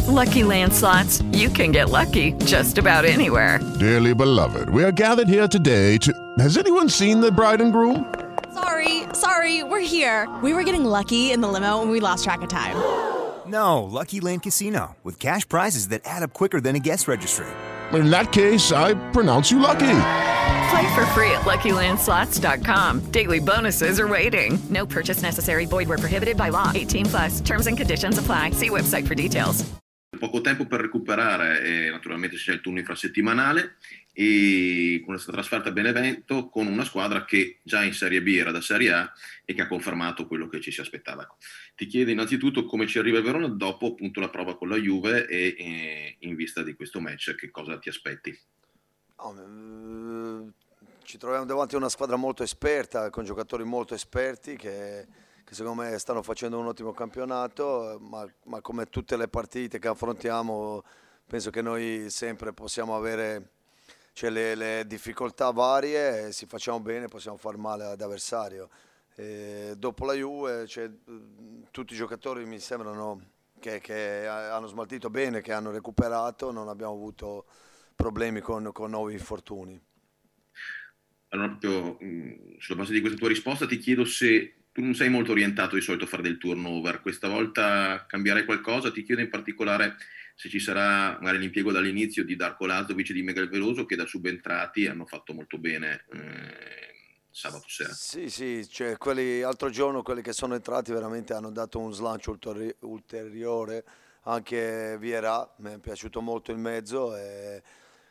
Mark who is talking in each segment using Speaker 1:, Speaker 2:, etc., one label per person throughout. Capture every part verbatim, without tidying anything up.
Speaker 1: Lucky Land Slots, you can get lucky just about anywhere.
Speaker 2: Dearly beloved, we are gathered here today to... Has anyone seen the bride and groom?
Speaker 3: Sorry, sorry, we're here. We were getting lucky in the limo and we lost track of time.
Speaker 4: No, Lucky Land Casino, with cash prizes that add up quicker than a guest registry.
Speaker 2: In that case, I pronounce you lucky.
Speaker 1: Play for free at lucky land slots dot com. Daily bonuses are waiting. No purchase necessary. Void where prohibited by law. eighteen plus. Terms and conditions apply. See website for details.
Speaker 5: Poco tempo per recuperare e naturalmente c'è il turno infrasettimanale e con questa trasferta a Benevento con una squadra che già in Serie B era da Serie A e che ha confermato quello che ci si aspettava. Ti chiedo innanzitutto come ci arriva il Verona dopo appunto la prova con la Juve e, e in vista di questo match che cosa ti aspetti?
Speaker 6: No, eh, ci troviamo davanti a una squadra molto esperta, con giocatori molto esperti che, che secondo me stanno facendo un ottimo campionato, ma, ma come tutte le partite che affrontiamo penso che noi sempre possiamo avere cioè, le, le difficoltà varie e se facciamo bene possiamo far male all'avversario. E dopo la Juve cioè, tutti i giocatori mi sembrano che, che hanno smaltito bene, che hanno recuperato, non abbiamo avuto problemi con, con nuovi infortuni.
Speaker 5: Allora proprio mh, sulla base di questa tua risposta ti chiedo se tu non sei molto orientato di solito a fare del turnover, questa volta cambierai qualcosa, ti chiedo in particolare se ci sarà magari l'impiego dall'inizio di Darko Lazovic e di Miguel Veloso che da subentrati hanno fatto molto bene eh, sabato sera.
Speaker 6: Sì, sì, cioè quelli, l'altro giorno quelli che sono entrati veramente hanno dato un slancio ulteri- ulteriore, anche Vieira, mi è piaciuto molto il mezzo e,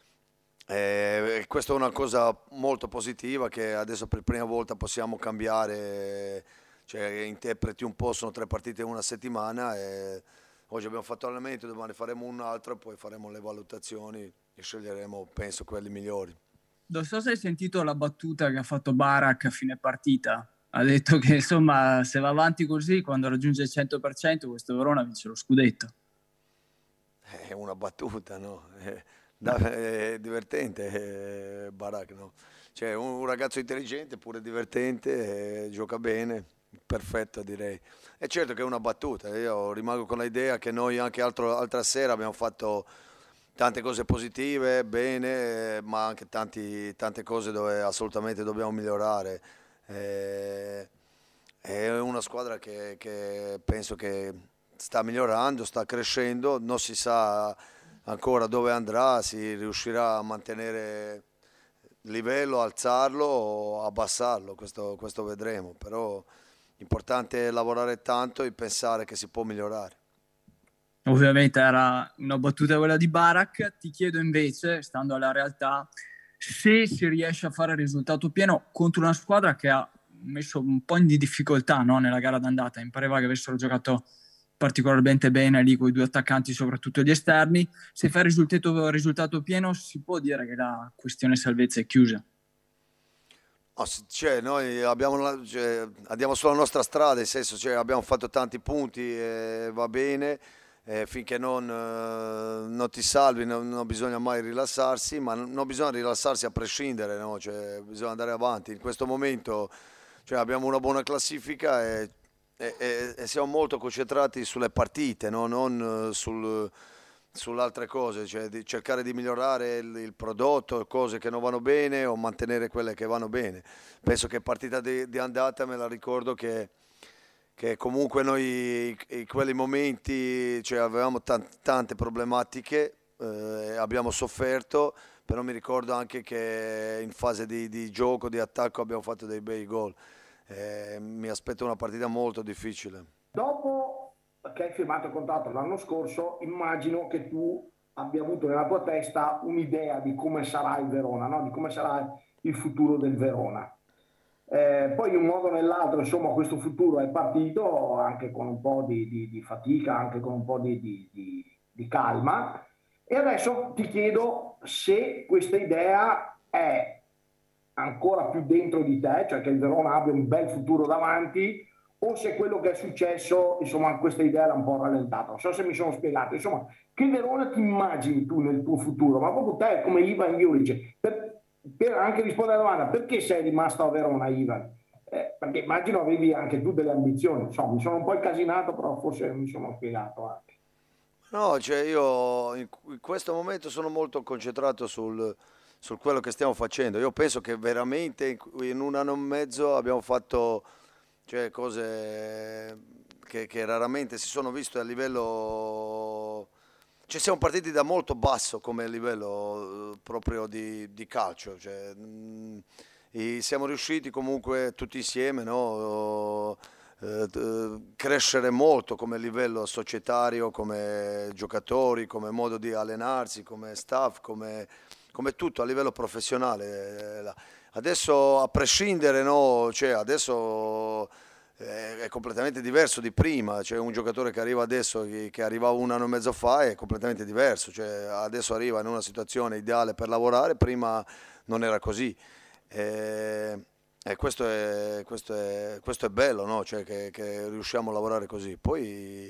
Speaker 6: e questa è una cosa molto positiva che adesso per prima volta possiamo cambiare, cioè interpreti un po', sono tre partite in una settimana e oggi abbiamo fatto allenamento, domani faremo un altro e poi faremo le valutazioni e sceglieremo penso quelli migliori.
Speaker 7: Non so se hai sentito la battuta che ha fatto Barak a fine partita. Ha detto che insomma se va avanti così quando raggiunge il cento per cento questo Verona vince lo scudetto.
Speaker 6: È una battuta, no? È, è divertente è Barak, no? Cioè un, un ragazzo intelligente, pure divertente, eh, gioca bene, perfetto direi. È certo che è una battuta, io rimango con l'idea che noi anche altro, altra sera abbiamo fatto tante cose positive, bene, ma anche tanti, tante cose dove assolutamente dobbiamo migliorare. Eh, è una squadra che, che penso che sta migliorando, sta crescendo, non si sa ancora dove andrà, si riuscirà a mantenere il livello, alzarlo o abbassarlo, questo, questo vedremo, però l'importante è lavorare tanto e pensare che si può migliorare.
Speaker 7: Ovviamente era una battuta quella di Barak. Ti chiedo invece, stando alla realtà, se si riesce a fare il risultato pieno contro una squadra che ha messo un po' di difficoltà, no, nella gara d'andata. Mi pareva che avessero giocato particolarmente bene lì con i due attaccanti, soprattutto gli esterni. Se fa il risultato, risultato pieno si può dire che la questione salvezza è chiusa.
Speaker 6: Oh, cioè, noi abbiamo, cioè, andiamo sulla nostra strada, nel senso cioè, abbiamo fatto tanti punti e va bene. Eh, finché non, eh, non ti salvi non, non bisogna mai rilassarsi, ma non, non bisogna rilassarsi a prescindere, no? Cioè, bisogna andare avanti. In questo momento cioè, abbiamo una buona classifica e, e, e, e siamo molto concentrati sulle partite, no? Non sul, sulle altre cose, cioè di cercare di migliorare il, il prodotto, cose che non vanno bene o mantenere quelle che vanno bene. Penso che partita di, di andata me la ricordo che che comunque noi in quei momenti cioè, avevamo t- tante problematiche, eh, abbiamo sofferto, però mi ricordo anche che in fase di, di gioco, di attacco abbiamo fatto dei bei gol. Eh, mi aspetto una partita molto difficile.
Speaker 8: Dopo che hai firmato il contratto l'anno scorso, immagino che tu abbia avuto nella tua testa un'idea di come sarà il Verona, no? Di come sarà il futuro del Verona. Eh, poi in un modo o nell'altro insomma questo futuro è partito anche con un po' di, di, di fatica, anche con un po' di, di, di, di calma e adesso ti chiedo se questa idea è ancora più dentro di te, cioè che il Verona abbia un bel futuro davanti o se quello che è successo insomma questa idea l'ha un po' rallentata. Non so se mi sono spiegato, insomma che Verona ti immagini tu nel tuo futuro, ma proprio te come Ivan Juric, per per anche rispondere alla domanda perché sei rimasto a Verona, Ivan? Eh, perché immagino avevi anche tu delle ambizioni, insomma mi sono un po' incasinato, però forse mi sono spiegato anche.
Speaker 6: No, cioè io in, in questo momento sono molto concentrato sul, su quello che stiamo facendo. Io penso che veramente in, in un anno e mezzo abbiamo fatto cioè, cose che, che raramente si sono viste a livello... Cioè siamo partiti da molto basso come livello eh, proprio di, di calcio. Cioè, mh, e siamo riusciti comunque tutti insieme, no? Eh, crescere molto come livello societario, come giocatori, come modo di allenarsi, come staff, come, come tutto a livello professionale. Adesso a prescindere, no, cioè adesso è, è completamente diverso di prima, c'è un giocatore che arriva adesso che, che arrivava un anno e mezzo fa è completamente diverso, cioè adesso arriva in una situazione ideale per lavorare, prima non era così. E, E questo è, questo è, questo è bello, no? Cioè che, che riusciamo a lavorare così. Poi,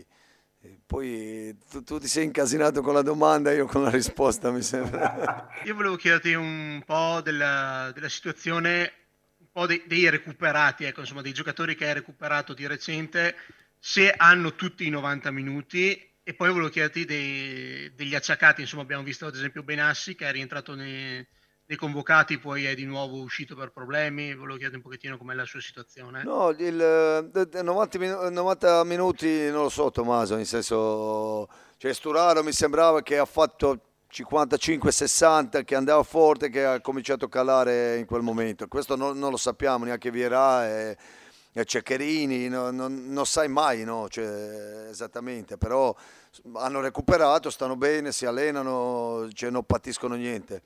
Speaker 6: poi tu, tu ti sei incasinato con la domanda, io con la risposta, mi sembra.
Speaker 9: Io volevo chiederti un po' della, della situazione, un po' dei, dei recuperati, ecco, insomma, dei giocatori che hai recuperato di recente, se hanno tutti i novanta minuti. E poi volevo chiederti dei, degli acciaccati, insomma, abbiamo visto ad esempio Benassi che è rientrato nei... dei convocati, poi è di nuovo uscito per problemi. Volevo chiedere un pochettino com'è la sua situazione.
Speaker 6: No, il novanta, novanta minuti non lo so Tommaso, nel senso, cioè Sturaro mi sembrava che ha fatto cinquantacinque sessanta, che andava forte, che ha cominciato a calare in quel momento. Questo non, non lo sappiamo, neanche Vieira e, e Ceccherini, no, non, non sai mai, no? Cioè, esattamente, però hanno recuperato, stanno bene, si allenano, cioè non patiscono niente.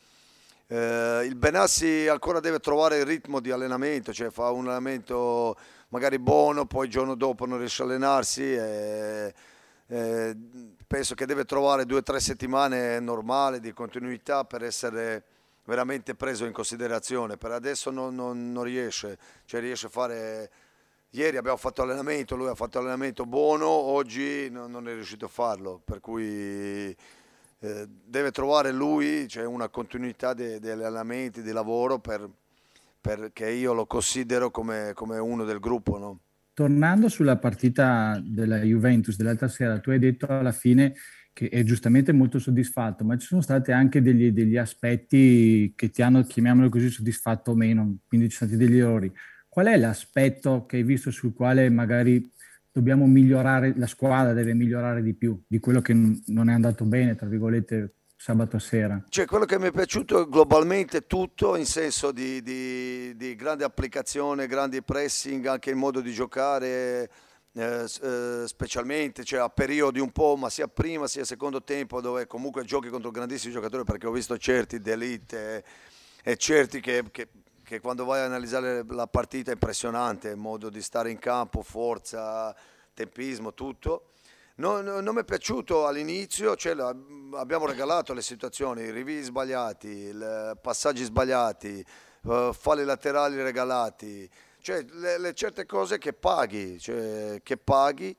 Speaker 6: Eh, il Benassi ancora deve trovare il ritmo di allenamento, cioè fa un allenamento magari buono, poi il giorno dopo non riesce a allenarsi e, e penso che deve trovare due o tre settimane normali di continuità per essere veramente preso in considerazione. Per adesso non, non, non riesce, cioè riesce a fare... Ieri abbiamo fatto allenamento, lui ha fatto allenamento buono, oggi non, non è riuscito a farlo, per cui... Eh, deve trovare lui cioè una continuità degli de allenamenti, di lavoro per, perché io lo considero come, come uno del gruppo, no?
Speaker 10: Tornando sulla partita della Juventus dell'altra sera, tu hai detto alla fine che è giustamente molto soddisfatto, ma ci sono stati anche degli, degli aspetti che ti hanno, chiamiamolo così, soddisfatto o meno, quindi ci sono stati degli errori. Qual è l'aspetto che hai visto sul quale magari dobbiamo migliorare, la squadra deve migliorare di più di quello che non è andato bene, tra virgolette, sabato sera?
Speaker 6: Cioè, quello che mi è piaciuto globalmente tutto, in senso di, di, di grande applicazione, grandi pressing, anche il modo di giocare, eh, eh, specialmente cioè a periodi un po', ma sia prima sia secondo tempo, dove comunque giochi contro grandissimi giocatori, perché ho visto certi d'elite e, e certi che... che che quando vai a analizzare la partita è impressionante, il modo di stare in campo, forza, tempismo, tutto. Non, non mi è piaciuto all'inizio, cioè abbiamo regalato le situazioni, i rinvii sbagliati, passaggi sbagliati, uh, falli laterali regalati, cioè le, le certe cose che paghi, cioè, che paghi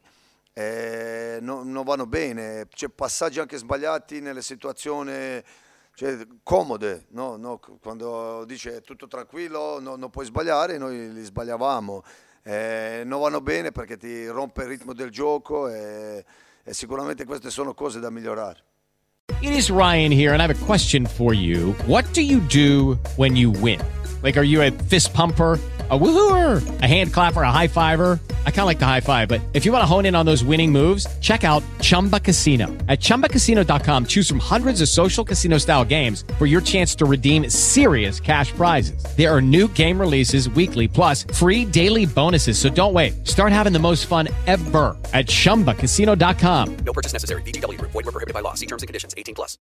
Speaker 6: eh, non, non vanno bene, c'è passaggi anche sbagliati nelle situazioni... Cioè, comode, no? No, quando dice tutto tranquillo, no, non puoi sbagliare, noi li sbagliavamo. Eh, non vanno bene perché ti rompe il ritmo del gioco e, e sicuramente queste sono cose da migliorare.
Speaker 11: It is Ryan here and I have a question for you. What do you do when you win? Like, are you a fist pumper, a woohooer, a hand clapper, a high fiver? I kind of like the high five, but if you want to hone in on those winning moves, check out Chumba Casino. At chumba casino dot com, choose from hundreds of social casino style games for your chance to redeem serious cash prizes. There are new game releases weekly, plus free daily bonuses. So don't wait. Start having the most fun ever at chumba casino dot com.
Speaker 12: No purchase necessary. V G W. Void where prohibited by law. See terms and conditions. eighteen plus.